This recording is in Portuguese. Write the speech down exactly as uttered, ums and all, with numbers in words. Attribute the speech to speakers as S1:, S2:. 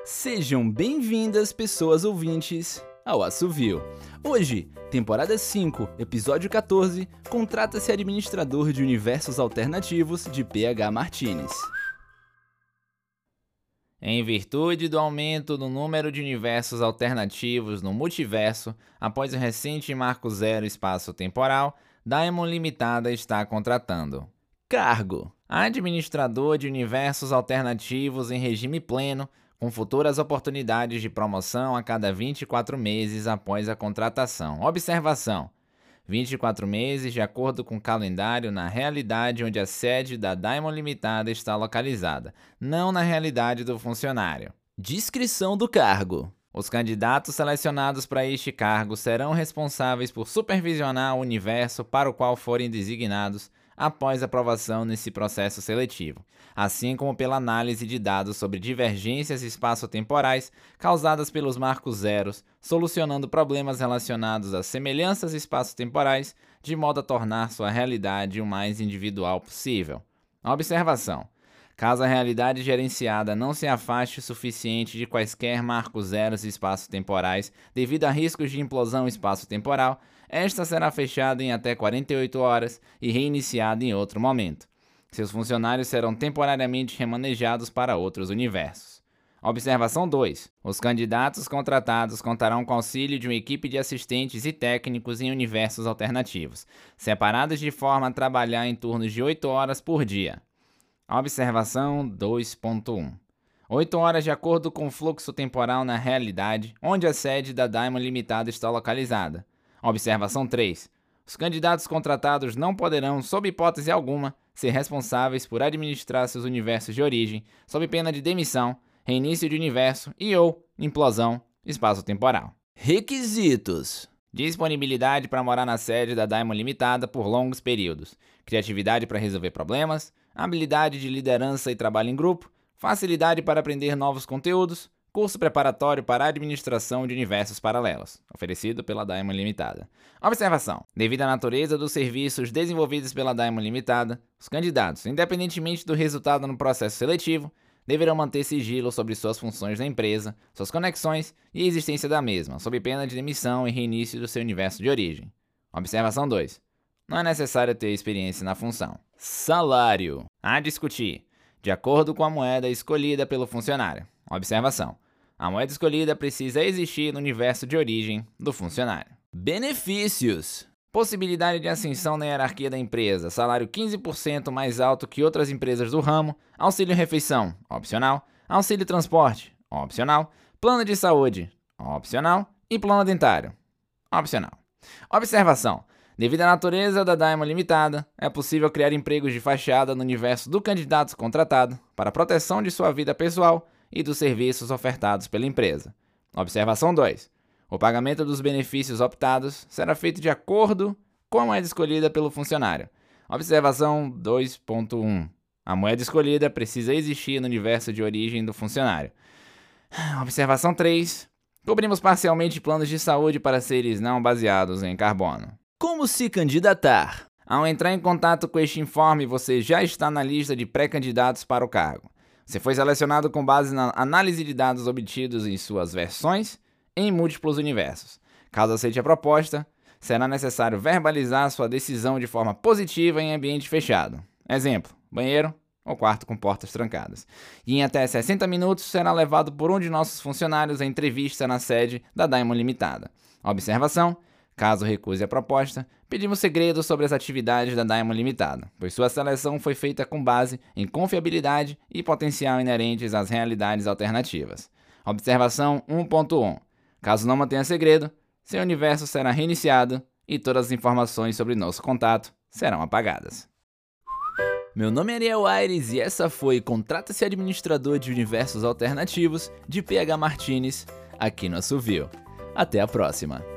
S1: Sejam bem-vindas, pessoas ouvintes, ao Assovio. Hoje, temporada cinco, episódio quatorze, contrata-se administrador de universos alternativos de P H Martins. Em virtude do aumento do número de universos alternativos no multiverso, após o recente Marco Zero espaço-temporal, Diamond Limitada está contratando. Cargo: administrador de universos alternativos em regime pleno, com futuras oportunidades de promoção a cada vinte e quatro meses após a contratação. Observação: vinte e quatro meses de acordo com o calendário na realidade onde a sede da Diamond Limitada está localizada, não na realidade do funcionário. Descrição do cargo: os candidatos selecionados para este cargo serão responsáveis por supervisionar o universo para o qual forem designados após aprovação nesse processo seletivo, assim como pela análise de dados sobre divergências espaço-temporais causadas pelos marcos zeros, solucionando problemas relacionados a semelhanças espaço-temporais, de modo a tornar sua realidade o mais individual possível. Observação: caso a realidade gerenciada não se afaste o suficiente de quaisquer marcos zeros espaço-temporais devido a riscos de implosão espaço-temporal, esta será fechada em até quarenta e oito horas e reiniciada em outro momento. Seus funcionários serão temporariamente remanejados para outros universos. Observação dois. Os candidatos contratados contarão com auxílio de uma equipe de assistentes e técnicos em universos alternativos, separados de forma a trabalhar em turnos de oito horas por dia. Observação dois ponto um. oito horas de acordo com o fluxo temporal na realidade, onde a sede da Diamond Limitada está localizada. Observação três. Os candidatos contratados não poderão, sob hipótese alguma, ser responsáveis por administrar seus universos de origem, sob pena de demissão, reinício de universo e ou implosão espaço-temporal. Requisitos: disponibilidade para morar na sede da Diamond Limitada por longos períodos, criatividade para resolver problemas, habilidade de liderança e trabalho em grupo, facilidade para aprender novos conteúdos, curso preparatório para a administração de universos paralelos, oferecido pela Diamond Limitada. Observação: devido à natureza dos serviços desenvolvidos pela Diamond Limitada, os candidatos, independentemente do resultado no processo seletivo, deverão manter sigilo sobre suas funções na empresa, suas conexões e a existência da mesma, sob pena de demissão e reinício do seu universo de origem. Observação dois. Não é necessário ter experiência na função. Salário: a discutir, de acordo com a moeda escolhida pelo funcionário. Observação: a moeda escolhida precisa existir no universo de origem do funcionário. Benefícios: possibilidade de ascensão na hierarquia da empresa, salário quinze por cento mais alto que outras empresas do ramo, auxílio refeição, opcional, auxílio transporte, opcional, plano de saúde, opcional e plano dentário, opcional. Observação: devido à natureza da Diamond Limitada, é possível criar empregos de fachada no universo do candidato contratado para proteção de sua vida pessoal e dos serviços ofertados pela empresa. Observação dois. O pagamento dos benefícios optados será feito de acordo com a moeda escolhida pelo funcionário. Observação dois ponto um. A moeda escolhida precisa existir no universo de origem do funcionário. Observação três. Cobrimos parcialmente planos de saúde para seres não baseados em carbono. Como se candidatar? Ao entrar em contato com este informe, você já está na lista de pré-candidatos para o cargo. Você foi selecionado com base na análise de dados obtidos em suas versões em múltiplos universos. Caso aceite a proposta, será necessário verbalizar sua decisão de forma positiva em ambiente fechado. Exemplo: banheiro ou quarto com portas trancadas. E em até sessenta minutos será levado por um de nossos funcionários à entrevista na sede da Diamond Limitada. Observação: caso recuse a proposta, pedimos segredo sobre as atividades da Diamond Limitada, pois sua seleção foi feita com base em confiabilidade e potencial inerentes às realidades alternativas. Observação um ponto um. Caso não mantenha segredo, seu universo será reiniciado e todas as informações sobre nosso contato serão apagadas. Meu nome é Ariel Aires e essa foi Contrata-se Administrador de Universos Alternativos de P H Martins, aqui no Assovio. Até a próxima!